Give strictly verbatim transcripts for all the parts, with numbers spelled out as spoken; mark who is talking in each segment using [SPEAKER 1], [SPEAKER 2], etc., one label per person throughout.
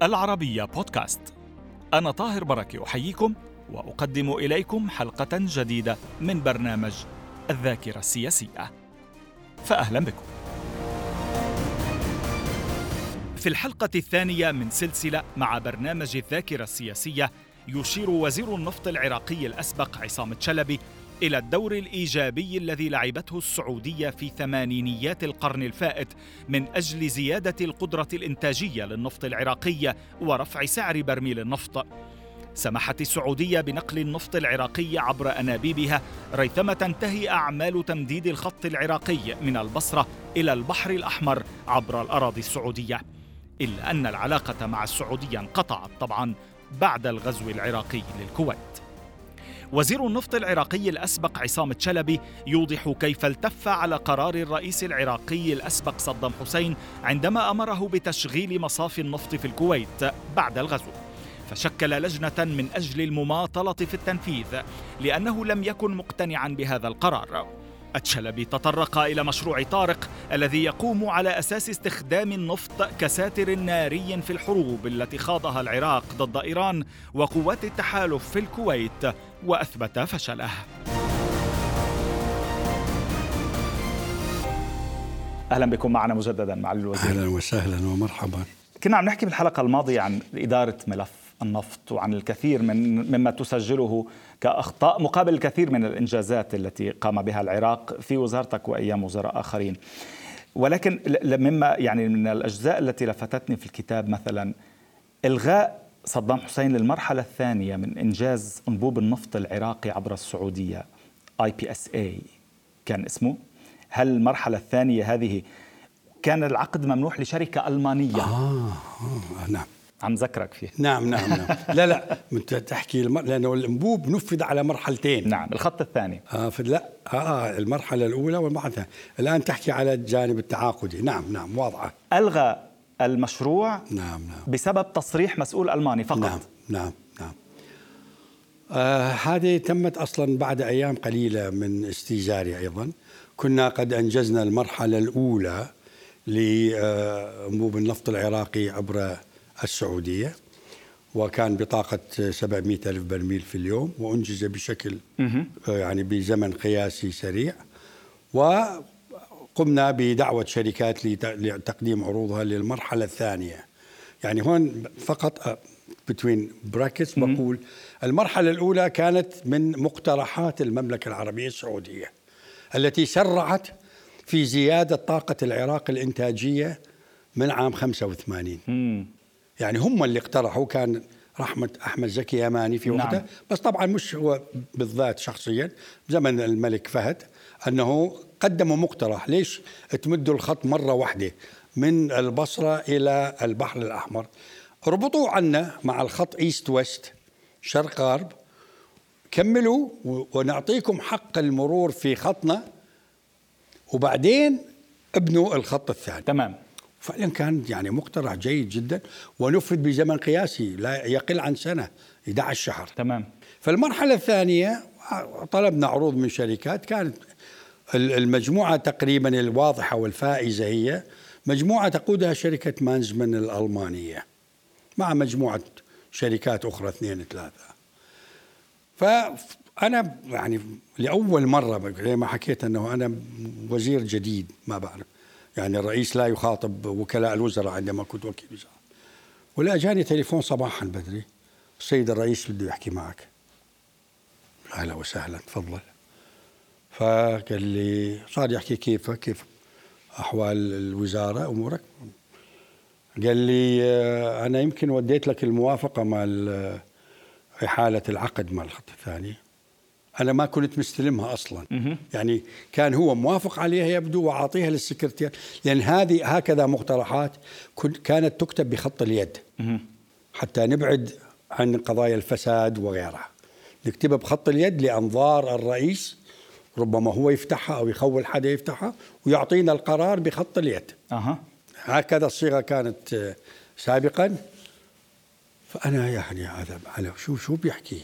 [SPEAKER 1] العربية بودكاست. أنا طاهر بركة أحييكم وأقدم إليكم حلقة جديدة من برنامج الذاكرة السياسية، فأهلا بكم. في الحلقة الثانية من سلسلة مع برنامج الذاكرة السياسية، يشير وزير النفط العراقي الأسبق عصام الشلبي إلى الدور الإيجابي الذي لعبته السعودية في ثمانينيات القرن الفائت من أجل زيادة القدرة الإنتاجية للنفط العراقي ورفع سعر برميل النفط. سمحت السعودية بنقل النفط العراقي عبر أنابيبها ريثما تنتهي أعمال تمديد الخط العراقي من البصرة إلى البحر الأحمر عبر الأراضي السعودية، إلا أن العلاقة مع السعودية انقطعت طبعاً بعد الغزو العراقي للكويت. وزير النفط العراقي الأسبق عصام الشلبي يوضح كيف التف على قرار الرئيس العراقي الأسبق صدام حسين عندما أمره بتشغيل مصافي النفط في الكويت بعد الغزو، فشكل لجنة من أجل المماطلة في التنفيذ لأنه لم يكن مقتنعا بهذا القرار. الشلبي تطرق إلى مشروع طارق الذي يقوم على أساس استخدام النفط كساتر ناري في الحروب التي خاضها العراق ضد إيران وقوات التحالف في الكويت، وأثبت فشله. أهلا بكم معنا مجددا معالي الوزير.
[SPEAKER 2] أهلا وسهلا ومرحبا.
[SPEAKER 1] كنا عم نحكي بالحلقة الماضية عن إدارة ملف النفط وعن الكثير من مما تسجله كأخطاء مقابل الكثير من الإنجازات التي قام بها العراق في وزارتك وأيام وزراء آخرين. ولكن مما يعني من الأجزاء التي لفتتني في الكتاب مثلا إلغاء صدام حسين للمرحلة الثانية من إنجاز أنبوب النفط العراقي عبر السعودية، آي بي إس إيه كان اسمه. هل المرحلة الثانية هذه كان العقد ممنوح لشركة ألمانية؟
[SPEAKER 2] آه, آه نعم،
[SPEAKER 1] عم ذكرك فيه.
[SPEAKER 2] نعم نعم نعم لا لا انت تحكي المر... لانه الانبوب نفذ على مرحلتين.
[SPEAKER 1] نعم، الخط الثاني.
[SPEAKER 2] اه لا اه المرحله الاولى والمرحله الثانيه، الان تحكي على الجانب التعاقدي. نعم نعم واضحه.
[SPEAKER 1] الغى المشروع
[SPEAKER 2] نعم نعم
[SPEAKER 1] بسبب تصريح مسؤول الماني فقط.
[SPEAKER 2] نعم نعم نعم آه هذه تمت اصلا بعد ايام قليله من استئجاري. ايضا كنا قد انجزنا المرحله الاولى لأنبوب النفط العراقي عبر السعودية، وكان بطاقة سبعمائة ألف برميل في اليوم، وأنجز بشكل يعني بزمن قياسي سريع. وقمنا بدعوة شركات لتقديم عروضها للمرحلة الثانية. يعني هون فقط between brackets بقول المرحلة الأولى كانت من مقترحات المملكة العربية السعودية التي سرعت في زيادة طاقة العراق الإنتاجية من عام خمسة وثمانين. مم. يعني هم اللي اقترحوا، كان رحمة أحمد زكي يماني في وقته. نعم. بس طبعا مش هو بالذات شخصيا، زمن الملك فهد، أنه قدموا مقترح ليش تمدوا الخط مرة واحدة من البصرة إلى البحر الأحمر، ربطوا عنا مع الخط إيست ويست شرق غرب، كملوا ونعطيكم حق المرور في خطنا وبعدين ابنوا الخط الثاني.
[SPEAKER 1] تمام.
[SPEAKER 2] فعلا كان يعني مقترح جيد جدا، ونفذ بزمن قياسي لا يقل عن سنة، أحد عشر شهر.
[SPEAKER 1] تمام.
[SPEAKER 2] فالمرحلة الثانية طلبنا عروض من شركات، كانت المجموعة تقريبا الواضحة والفائزة هي مجموعة تقودها شركة مانزمان الألمانية مع مجموعة شركات أخرى اثنين ثلاثة. فأنا يعني لأول مرة زي ما حكيت أنه أنا وزير جديد، ما بعرف يعني الرئيس لا يخاطب وكلاء الوزراء عندما كنت وكيل وزراء، ولا جاني تليفون صباحا بدري، السيد الرئيس بده يحكي معك. أهلا وسهلا تفضل. فقال لي صار يحكي كيف كيف أحوال الوزارة أمورك. قال لي أنا يمكن وديت لك الموافقة مع إحالة العقد مع الخط الثاني، أنا ما كنت مستلمها أصلا. يعني كان هو موافق عليها يبدو وعاطيها للسكرتير، لأن هذه هكذا مقترحات كانت تكتب بخط اليد حتى نبعد عن قضايا الفساد وغيرها، نكتبها بخط اليد لأنظار الرئيس، ربما هو يفتحها أو يخول حدا يفتحها ويعطينا القرار بخط اليد. أه. هكذا الصيغة كانت سابقا. فأنا يعني هذا على شو شو بيحكي؟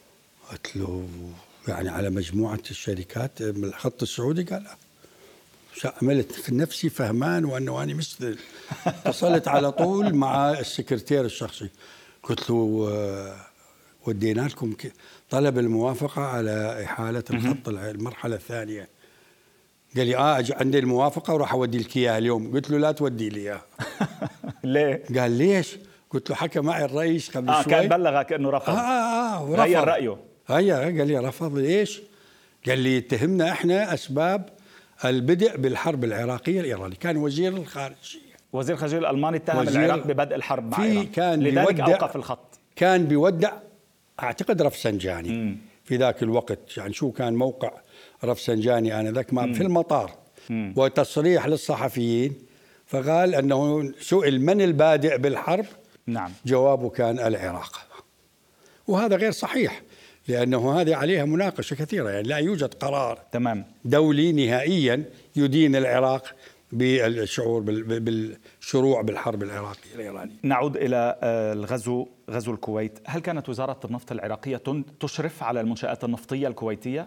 [SPEAKER 2] قلت له يعني على مجموعة الشركات من الخط السعودي. قال لا. عملت في نفسي فهمان وأنه أنا مثل. اتصلت على طول مع السكرتير الشخصي، قلت له ودينا لكم طلب الموافقة على إحالة الخط المرحلة الثانية. قال لي آه عندي الموافقة وراح أودي لك إياها اليوم. قلت له لا تودي لي إياها.
[SPEAKER 1] ليه؟
[SPEAKER 2] قال ليش؟ قلت له حكى معي الرئيس قبل
[SPEAKER 1] آه
[SPEAKER 2] شوي.
[SPEAKER 1] كان بلغك إنه رفض.
[SPEAKER 2] آه آه آه
[SPEAKER 1] غير رأيه.
[SPEAKER 2] هيا قال لي رفض. ليش؟ قال لي اتهمنا إحنا أسباب البدء بالحرب العراقية الإيرانية. كان وزير الخارجية،
[SPEAKER 1] وزير الخارجية الألماني اتهم العراق ببدء الحرب مع إيران،
[SPEAKER 2] كان
[SPEAKER 1] لذلك أوقف الخط.
[SPEAKER 2] كان بيودع أعتقد رفسنجاني مم. في ذاك الوقت. يعني شو كان موقع رفسنجاني آنذاك في المطار، مم. وتصريح للصحفيين، فقال أنه سئل من البادئ بالحرب،
[SPEAKER 1] نعم.
[SPEAKER 2] جوابه كان العراق، وهذا غير صحيح، لأنه هذه عليها مناقشة كثيرة. يعني لا يوجد قرار
[SPEAKER 1] تمام
[SPEAKER 2] دولي نهائيا يدين العراق بالشعور بالشروع بالحرب العراقية الإيرانية.
[SPEAKER 1] نعود إلى الغزو، غزو الكويت. هل كانت وزارة النفط العراقية تشرف على المنشآت النفطية الكويتية؟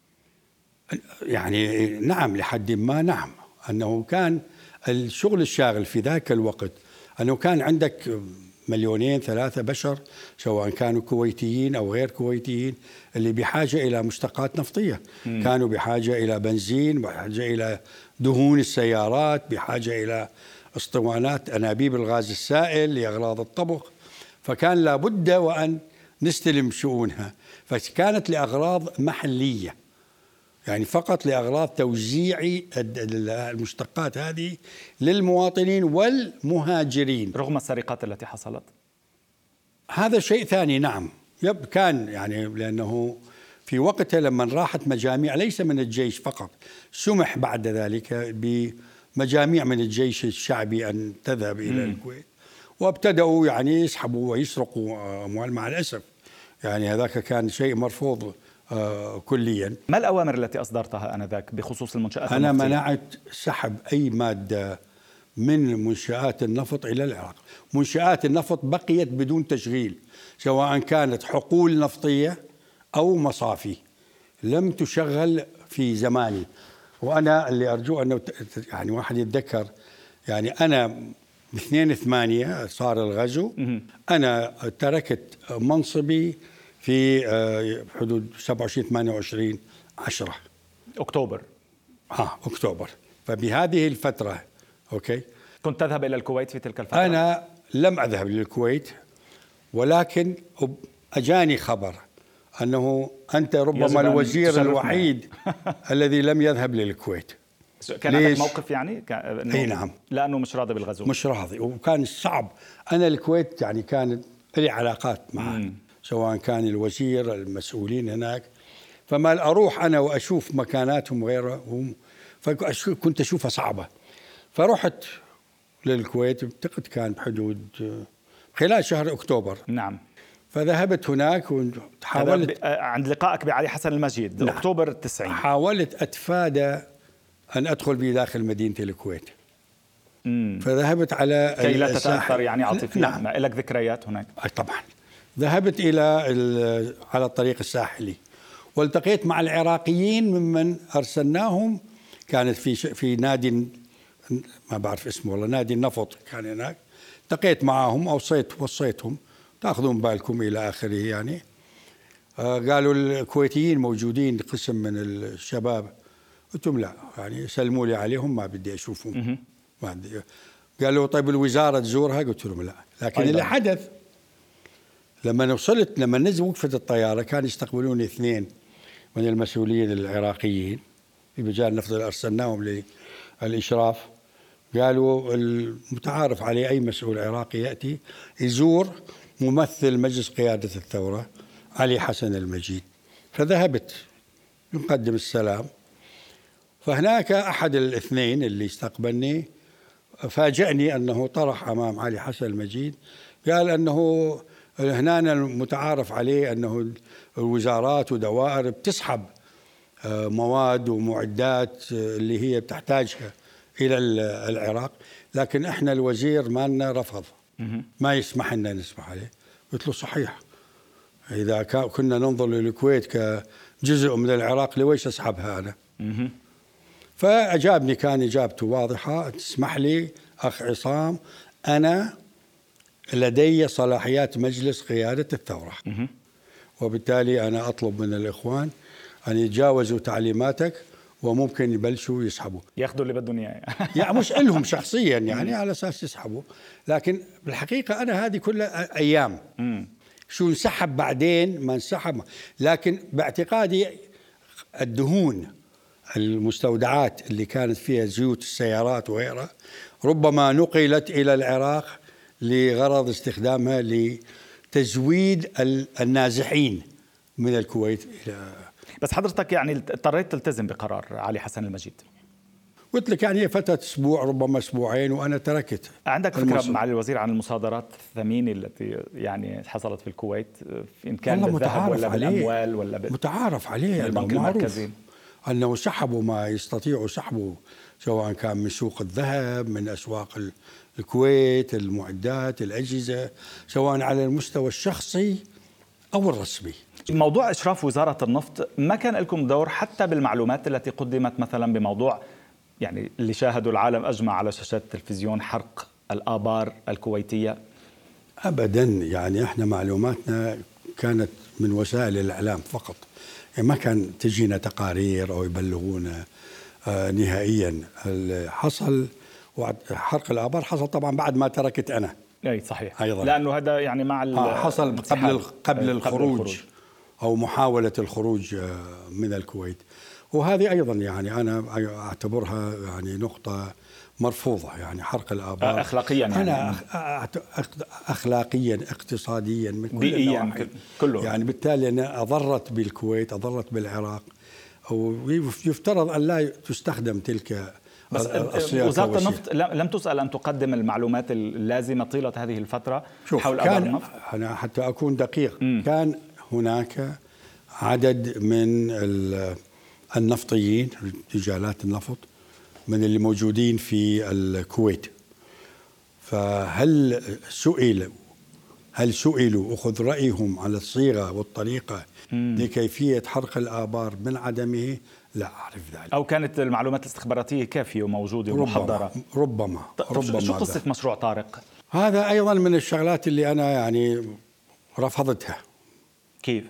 [SPEAKER 2] يعني نعم لحد ما نعم. أنه كان الشغل الشاغل في ذاك الوقت أنه كان عندك مليونين ثلاثة بشر سواء كانوا كويتيين أو غير كويتيين اللي بحاجة إلى مشتقات نفطية. م. كانوا بحاجة إلى بنزين، بحاجة إلى دهون السيارات، بحاجة إلى اسطوانات أنابيب الغاز السائل لأغراض الطبخ. فكان لابد وأن نستلم شؤونها، فكانت لأغراض محلية، يعني فقط لأغراض توزيع المشتقات هذه للمواطنين والمهاجرين.
[SPEAKER 1] رغم السرقات التي حصلت؟
[SPEAKER 2] هذا شيء ثاني. نعم يب كان يعني لأنه في وقتها لما راحت مجاميع ليس من الجيش فقط، سمح بعد ذلك بمجاميع من الجيش الشعبي أن تذهب م. إلى الكويت، وابتدأوا يعني يسحبوا ويسرقوا أموال. مع الأسف يعني هذاك كان شيء مرفوض آه كليا.
[SPEAKER 1] ما الأوامر التي أصدرتها آنذاك بخصوص المنشآت
[SPEAKER 2] أنا
[SPEAKER 1] النفطية؟
[SPEAKER 2] منعت سحب أي مادة من منشآت النفط إلى العراق. منشآت النفط بقيت بدون تشغيل، سواء كانت حقول نفطية أو مصافي، لم تشغل في زماني. وأنا اللي أرجو أنه يعني واحد يتذكر، يعني أنا باثنين ثمانية صار الغزو، أنا تركت منصبي في حدود سبعة وعشرين ثمانية وعشرين عشرة
[SPEAKER 1] أكتوبر.
[SPEAKER 2] ها أكتوبر. فبهذه الفترة أوكي
[SPEAKER 1] كنت تذهب إلى الكويت في تلك الفترة؟
[SPEAKER 2] أنا لم أذهب للكويت، ولكن أجاني خبر أنه أنت ربما الوزير الوحيد الذي لم يذهب للكويت.
[SPEAKER 1] كان عندك موقف يعني؟
[SPEAKER 2] أي نعم.
[SPEAKER 1] لأنه مش راضي بالغزو.
[SPEAKER 2] مش راضي، وكان صعب. أنا الكويت يعني كانت لي علاقات معه، سواء كان الوزير المسؤولين هناك، فما أروح أنا وأشوف مكاناتهم وغيرهم، فكنت أشوفها صعبة. فرحت للكويت، أعتقد كان بحدود خلال شهر أكتوبر.
[SPEAKER 1] نعم.
[SPEAKER 2] فذهبت هناك وحاولت
[SPEAKER 1] عند لقائك بعلي حسن المجيد. نعم. أكتوبر التسعين.
[SPEAKER 2] حاولت أتفادى أن أدخل في داخل مدينة الكويت. مم. فذهبت على
[SPEAKER 1] كي لا تتأثر يعني عاطفيا. نعم. لك ذكريات هناك؟
[SPEAKER 2] طبعا. ذهبت إلى على الطريق الساحلي، والتقيت مع العراقيين ممن أرسلناهم. كانت في في نادي ما بعرف اسمه والله، نادي النفط كان هناك. التقيت معهم، أوصيت وصيتهم تأخذون بالكم إلى آخره يعني. آه قالوا الكويتيين موجودين قسم من الشباب. قلت لهم لا، يعني سلموا لي عليهم، ما بدي أشوفهم. ما بدي. قالوا طيب الوزارة تزورها؟ قلت لهم لا. لكن اللي حدث لما وصلت، لما نزل وقفت الطيارة، كان يستقبلوني اثنين من المسؤولين العراقيين في مجال النفط اللي أرسلناهم للإشراف. قالوا المتعارف عليه أي مسؤول عراقي يأتي يزور ممثل مجلس قيادة الثورة علي حسن المجيد. فذهبت نقدم السلام، فهناك أحد الاثنين اللي استقبلني فاجأني أنه طرح أمام علي حسن المجيد، قال أنه هنا المتعارف عليه أنه الوزارات ودوائر بتسحب مواد ومعدات اللي هي بتحتاجها إلى العراق، لكن إحنا الوزير مالنا رفض، ما يسمح لنا نسمح عليه. قلت له صحيح، إذا كنا ننظر للكويت كجزء من العراق لويش أسحبها أنا؟ فأجابني، كان إجابته واضحة: تسمح لي أخ عصام، أنا لدي صلاحيات مجلس قيادة الثورة، وبالتالي أنا أطلب من الإخوان أن يتجاوزوا تعليماتك وممكن يبلشوا يسحبوا،
[SPEAKER 1] ياخذوا اللي بدهم اياه.
[SPEAKER 2] يعني مش إلهم شخصيا، يعني على أساس يسحبوا. لكن بالحقيقة أنا هذه كلها أيام، شو انسحب بعدين ما انسحب. لكن باعتقادي الدهون المستودعات اللي كانت فيها زيوت السيارات وغيرها ربما نقلت إلى العراق لغرض استخدامها لتزويد النازحين من الكويت.
[SPEAKER 1] بس حضرتك يعني اضطريت تلتزم بقرار علي حسن المجيد.
[SPEAKER 2] قلت لك يعني هي فترة أسبوع ربما أسبوعين وأنا تركت.
[SPEAKER 1] عندك فكرة معالي الوزير عن المصادرات الثمينة التي يعني حصلت في الكويت، إن كان بالذهب ولا بالأموال ولا بال...
[SPEAKER 2] متعارف عليه
[SPEAKER 1] البنك المركزي
[SPEAKER 2] أنه سحبوا ما يستطيعوا سحبوا، سواء كان من سوق الذهب، من أسواق الكويت، المعدات، الأجهزة، سواء على المستوى الشخصي أو الرسمي.
[SPEAKER 1] موضوع إشراف وزارة النفط ما كان لكم دور حتى بالمعلومات التي قدمت مثلا بموضوع يعني اللي شاهدوا العالم أجمع على شاشات التلفزيون حرق الآبار الكويتية؟
[SPEAKER 2] أبدا، يعني إحنا معلوماتنا كانت من وسائل الإعلام فقط، يعني ما كان تجينا تقارير أو يبلغونا آه نهائيا. حصل حرق الآبار حصل طبعا بعد ما تركت أنا.
[SPEAKER 1] أي صحيح
[SPEAKER 2] أيضا.
[SPEAKER 1] لأنه هذا يعني مع
[SPEAKER 2] آه حصل قبل قبل الخروج, الخروج أو محاولة الخروج من الكويت. وهذه أيضا يعني أنا أعتبرها يعني نقطة مرفوضة، يعني حرق الآبار
[SPEAKER 1] أخلاقيا يعني.
[SPEAKER 2] أنا أخلاقيا اقتصاديا من كل
[SPEAKER 1] بيئيا كله،
[SPEAKER 2] يعني بالتالي أنا أضرت بالكويت، أضرت بالعراق، ويفترض أن لا تستخدم تلك.
[SPEAKER 1] بس وزارة النفط لم تسأل أن تقدم المعلومات اللازمة طيلة هذه الفترة حول آبار النفط؟
[SPEAKER 2] أنا حتى أكون دقيق، م. كان هناك عدد من النفطيين رجالات النفط من اللي موجودين في الكويت، فهل سئلوا هل سئلوا أخذ رأيهم على الصيغة والطريقة مم. لكيفية حرق الآبار من عدمه؟ لا أعرف ذلك.
[SPEAKER 1] أو كانت المعلومات الاستخباراتية كافية وموجودة ومحضرة؟
[SPEAKER 2] ربما ربما.
[SPEAKER 1] شو قصة مشروع طارق؟
[SPEAKER 2] هذا أيضا من الشغلات اللي أنا يعني رفضتها.
[SPEAKER 1] كيف؟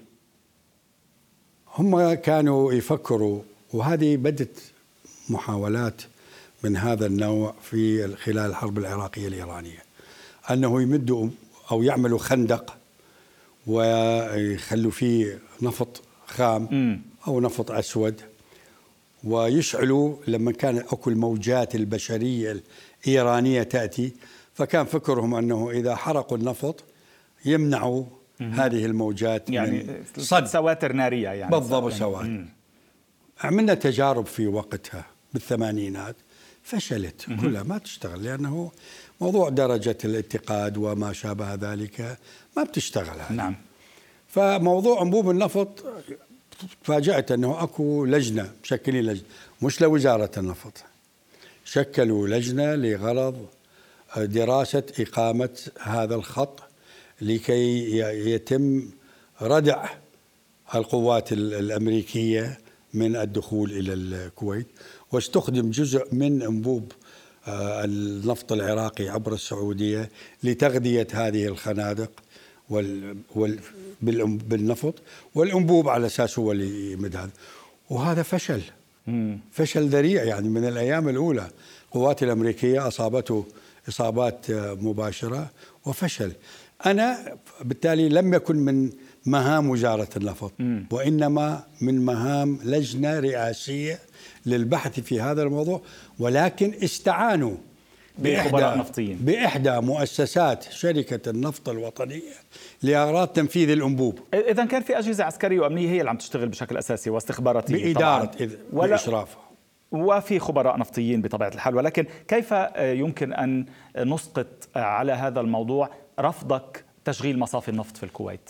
[SPEAKER 2] هم كانوا يفكروا، وهذه بدت محاولات من هذا النوع في خلال الحرب العراقية الإيرانية، أنه يمدوا أو يعملوا خندق ويخلوا فيه نفط خام أو نفط أسود، ويشعلوا لما كان أكل موجات البشرية الإيرانية تأتي، فكان فكرهم أنه إذا حرقوا النفط يمنعوا هذه الموجات،
[SPEAKER 1] يعني صد سواتر نارية يعني.
[SPEAKER 2] بالضبط سواتر. عملنا تجارب في وقتها بالثمانينات فشلت كلها، ما تشتغل، لأنه موضوع درجة الاتقاد وما شابه ذلك ما بتشتغل.
[SPEAKER 1] نعم.
[SPEAKER 2] فموضوع أنبوب النفط تفاجأت أنه أكو لجنة مشكلين، لجنة مش لوزارة النفط، شكلوا لجنة لغرض دراسة إقامة هذا الخط لكي يتم ردع القوات الأمريكية من الدخول إلى الكويت، واستخدم جزء من أنبوب النفط العراقي عبر السعودية لتغذية هذه الخنادق وال وال بالنفط، والأنبوب على أساس هو اللي يمد هذا. وهذا فشل مم. فشل ذريع، يعني من الأيام الأولى القوات الأمريكية أصابته إصابات مباشرة وفشل. أنا بالتالي لم يكن من مهام وزارة النفط مم. وإنما من مهام لجنة رئاسية للبحث في هذا الموضوع، ولكن استعانوا
[SPEAKER 1] بإحدى,
[SPEAKER 2] بإحدى مؤسسات شركة النفط الوطنية لأغراض تنفيذ الأنبوب.
[SPEAKER 1] إذن كان في أجهزة عسكرية وأمنية هي اللي عم تشتغل بشكل أساسي واستخباراتية
[SPEAKER 2] بإدارة وإشرافها،
[SPEAKER 1] وفي خبراء نفطيين بطبيعة الحال. ولكن كيف يمكن أن نسقط على هذا الموضوع رفضك تشغيل مصافي النفط في الكويت؟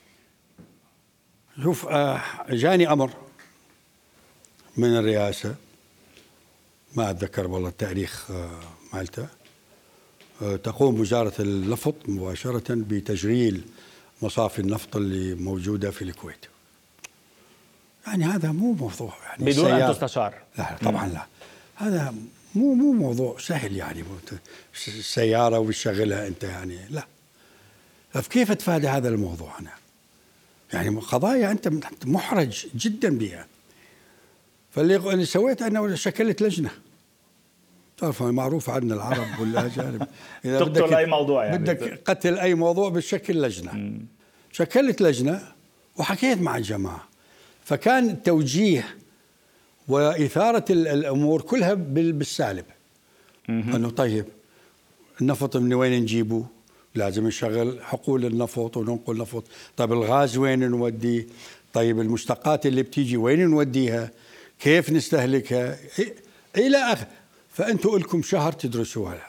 [SPEAKER 2] شوف، جاني أمر من الرئاسة، ما أتذكر والله التاريخ مالته، تقوم وزارة النفط مباشرة بتشغيل مصافي النفط اللي موجودة في الكويت. يعني هذا مو موضوع يعني
[SPEAKER 3] بدون أن تستشار.
[SPEAKER 2] لا طبعا لا، هذا مو مو موضوع سهل يعني السيارة وتشغلها أنت يعني لا. فكيف أتفادى هذا الموضوع أنا؟ يعني قضايا أنت محرج جدا بها. فاللي سويته أنه شكلت لجنة. تعرف معروف عندنا العرب والأجانب
[SPEAKER 3] إذا تقتل أي موضوع يعني
[SPEAKER 2] بدك قتل أي موضوع بتشكل لجنة. مم. شكلت لجنة وحكيت مع الجماعة، فكان التوجيه وإثارة الأمور كلها بالسالب. مم. أنه طيب النفط من وين نجيبه؟ لازم نشغل حقول النفط وننقل نفط. طيب الغاز وين نوديه؟ طيب المشتقات اللي بتيجي وين نوديها؟ كيف نستهلكها؟ إلى آخر. فأنتوا لكم شهر تدرسوها.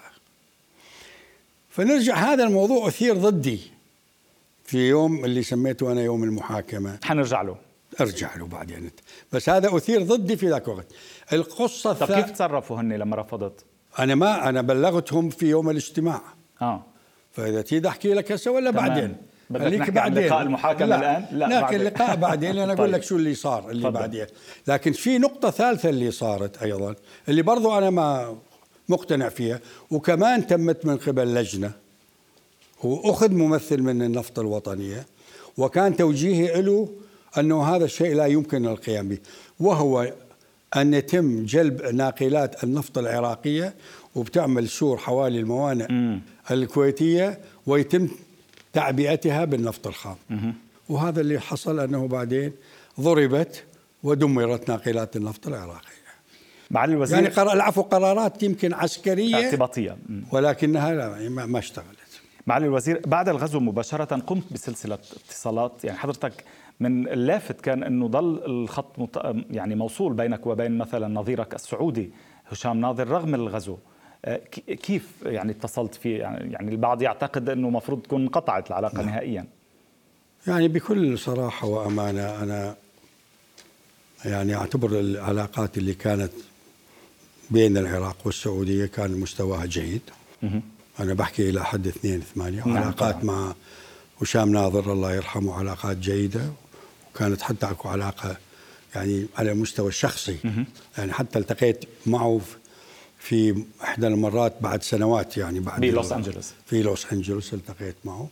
[SPEAKER 2] فنرجع هذا الموضوع أثير ضدي في يوم اللي سميته أنا يوم المحاكمة.
[SPEAKER 3] حنرجع له
[SPEAKER 2] أرجع له بعدين. بس هذا أثير ضدي في ذاك الوقت. القصة
[SPEAKER 3] طب كيف تصرفوا هني لما رفضت؟
[SPEAKER 2] أنا ما أنا بلغتهم في يوم الاجتماع.
[SPEAKER 3] آه.
[SPEAKER 2] فإذا تريد أحكي لك هسه ولا بعدين؟
[SPEAKER 3] بدك نحكي عن لقاء المحاكمة
[SPEAKER 2] لا.
[SPEAKER 3] الآن؟
[SPEAKER 2] لا نحكي اللقاء بعدين أنا أقول لك شو اللي صار اللي فضل. بعدين. لكن في نقطة ثالثة اللي صارت أيضا اللي برضو أنا ما مقتنع فيها، وكمان تمت من قبل لجنة وأخذ ممثل من النفط الوطنية، وكان توجيهي له أنه هذا الشيء لا يمكن القيام به، وهو أن يتم جلب ناقلات النفط العراقية وبتعمل سور حوالي الموانئ م. الكويتية ويتم تعبئتها بالنفط الخام. م. وهذا اللي حصل، أنه بعدين ضربت ودمرت ناقلات النفط العراقية.
[SPEAKER 3] معالي الوزير
[SPEAKER 2] يعني قرار العفو قرارات يمكن عسكرية
[SPEAKER 3] اعتباطية
[SPEAKER 2] ولكنها لا ما اشتغلت.
[SPEAKER 3] معالي الوزير، بعد الغزو مباشرة قمت بسلسلة اتصالات، يعني حضرتك من اللافت كان أنه ظل الخط مت... يعني موصول بينك وبين مثلا نظيرك السعودي هشام ناظر رغم الغزو. كيف يعني اتصلت فيه؟ يعني البعض يعتقد أنه مفروض تكون انقطعت العلاقة لا. نهائيا.
[SPEAKER 2] يعني بكل صراحة وأمانة أنا يعني أعتبر العلاقات اللي كانت بين العراق والسعودية كان مستواها جيد. م- أنا بحكي إلى حد اثنين ثمانية. نعم علاقات طبعا. مع هشام ناظر الله يرحمه علاقات جيدة، وكانت حتى أكو علاقة يعني على المستوى الشخصي. م- يعني حتى التقيت معه في إحدى المرات بعد سنوات، يعني بعد
[SPEAKER 3] في لوس أنجلوس
[SPEAKER 2] في لوس أنجلوس التقيت معه.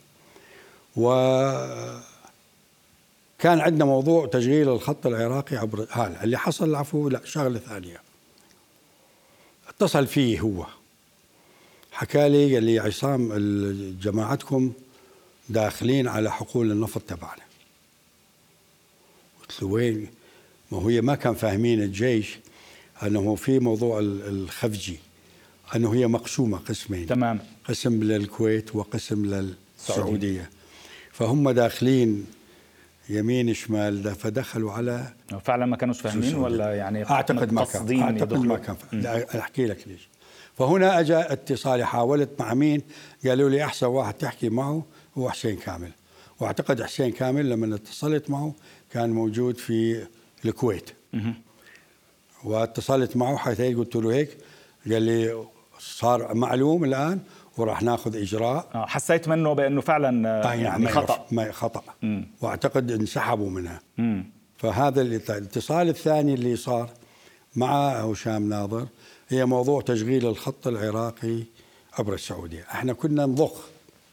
[SPEAKER 2] وكان عندنا موضوع تشغيل الخط العراقي عبر هذا اللي حصل. العفو لا شغلة ثانية. اتصل فيه هو حكى لي قال لي عصام جماعتكم داخلين على حقول النفط تبعنا. قلت له وين؟ ما هي ما كان فاهمين الجيش أنه في موضوع الخفجي أنه هي مقسومة قسمين.
[SPEAKER 3] تمام.
[SPEAKER 2] قسم للكويت وقسم للسعودية. فهم داخلين يمين شمال، فدخلوا على
[SPEAKER 3] فعلا ما كانوش فاهمين ولا يعني
[SPEAKER 2] أعتقد ما كان أعتقد ما كان أحكي لك ليش. فهنا أجا اتصالي، حاولت مع مين؟ قالوا لي أحسن واحد تحكي معه هو حسين كامل. واعتقد حسين كامل لما اتصلت معه كان موجود في الكويت. واتصلت معه حتى قلت له هيك، قال لي صار معلوم الآن وراح ناخذ إجراء.
[SPEAKER 3] حسيت منه بأنه فعلا يعني خطأ
[SPEAKER 2] ما خطأ مم. واعتقد انسحبوا منها.
[SPEAKER 3] مم.
[SPEAKER 2] فهذا الاتصال الثاني اللي صار مع هشام ناظر هي موضوع تشغيل الخط العراقي عبر السعودية. احنا كنا نضخ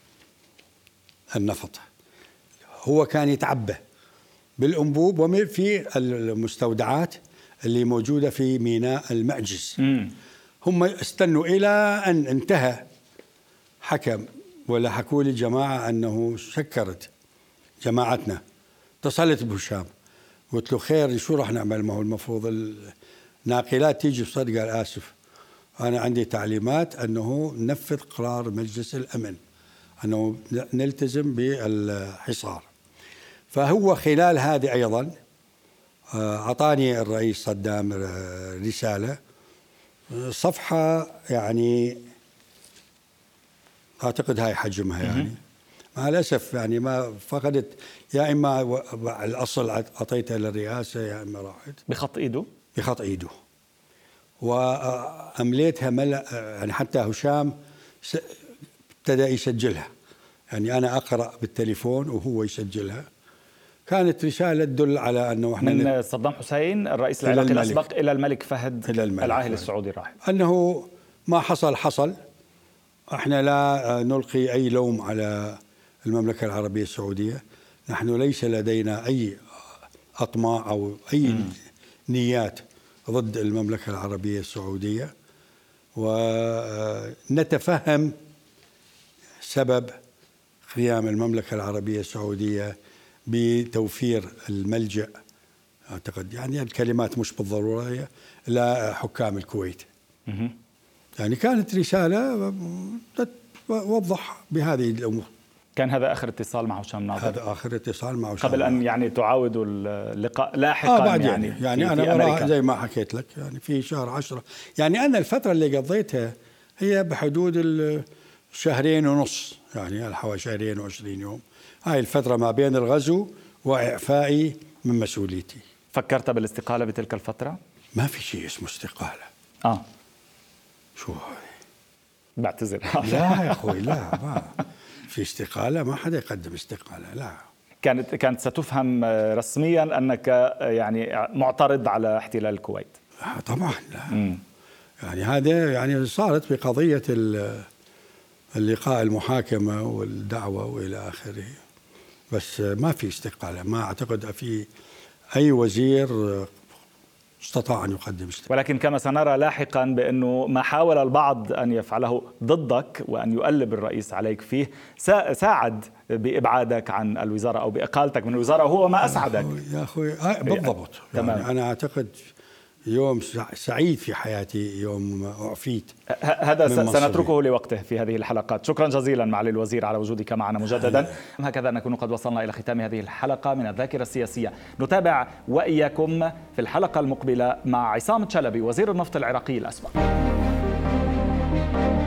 [SPEAKER 2] النفط، هو كان يتعبى بالأنبوب وفي المستودعات اللي موجودة في ميناء المعجز. مم. هم استنوا إلى أن انتهى حكم ولا حكوا لي جماعة أنه سكرت جماعتنا. اتصلت بهشام قلت له خير شو راح نعمل؟ ما هو المفروض الناقلات تيجي بصدق. قال آسف أنا عندي تعليمات أنه ننفذ قرار مجلس الأمن أنه نلتزم بالحصار. فهو خلال هذه أيضا أعطاني الرئيس صدام رسالة صفحة يعني أعتقد هاي حجمها يعني مع الأسف يعني ما فقدت، يا إما الأصل أعطيتها للرئاسة يا إما راحت
[SPEAKER 3] بخط إيده
[SPEAKER 2] بخط إيده وأمليتها ملأ. يعني حتى هشام ابتدأ يسجلها، يعني أنا أقرأ بالتليفون وهو يسجلها كانت رسالة تدل على أنه إحنا
[SPEAKER 3] من صدام حسين الرئيس العراقي الأسبق إلى الملك فهد
[SPEAKER 2] إلى الملك
[SPEAKER 3] العاهل
[SPEAKER 2] فهد.
[SPEAKER 3] السعودي الراحل،
[SPEAKER 2] أنه ما حصل حصل. احنا لا نلقي أي لوم على المملكة العربية السعودية، نحن ليس لدينا أي أطماع أو أي م. نيات ضد المملكة العربية السعودية، ونتفهم سبب قيام المملكة العربية السعودية بتوفير الملجأ، أعتقد يعني الكلمات مش بالضرورة، لحكام الكويت. م. يعني كانت رسالة توضح بهذه الأمور.
[SPEAKER 3] كان هذا آخر اتصال مع هشام ناظر؟
[SPEAKER 2] هذا آخر اتصال مع هشام
[SPEAKER 3] قبل أن يعني تعاودوا اللقاء لاحقا.
[SPEAKER 2] آه بعد
[SPEAKER 3] يعني
[SPEAKER 2] يعني, يعني أنا أمريكا. زي ما حكيت لك يعني في شهر عشرة، يعني أنا الفترة اللي قضيتها هي بحدود الشهرين ونص، يعني حوالي شهرين وعشرين يوم. هاي الفترة ما بين الغزو وإعفائي من مسؤوليتي.
[SPEAKER 3] فكرت بالاستقالة بتلك الفترة؟
[SPEAKER 2] ما في شيء اسمه استقالة.
[SPEAKER 3] آه
[SPEAKER 2] شو هاي؟
[SPEAKER 3] بعتذر.
[SPEAKER 2] لا يا أخوي، لا ما في استقالة، ما حدا يقدم استقالة، لا.
[SPEAKER 3] كانت كانت ستفهم رسميا أنك يعني معترض على احتلال الكويت.
[SPEAKER 2] طبعا لا. م. يعني هذا يعني صارت بقضية اللقاء المحاكمة والدعوة وإلى آخره، بس ما في استقالة. ما أعتقد في أي وزير استطاع أن يقدم استقالة.
[SPEAKER 3] ولكن كما سنرى لاحقا بأنه ما حاول البعض أن يفعله ضدك وأن يؤلب الرئيس عليك فيه ساعد بإبعادك عن الوزارة أو بإقالتك من الوزارة، وهو ما أسعدك.
[SPEAKER 2] يا أخوي بالضبط. يعني أنا أعتقد يوم سعيد في حياتي يوم أعفيت.
[SPEAKER 3] هذا سنتركه لوقته في هذه الحلقات. شكرا جزيلا معالي الوزير على وجودك معنا مجددا. هكذا نكون قد وصلنا إلى ختام هذه الحلقة من الذاكرة السياسية. نتابع وإياكم في الحلقة المقبلة مع عصام تشلبي وزير النفط العراقي الأسبق.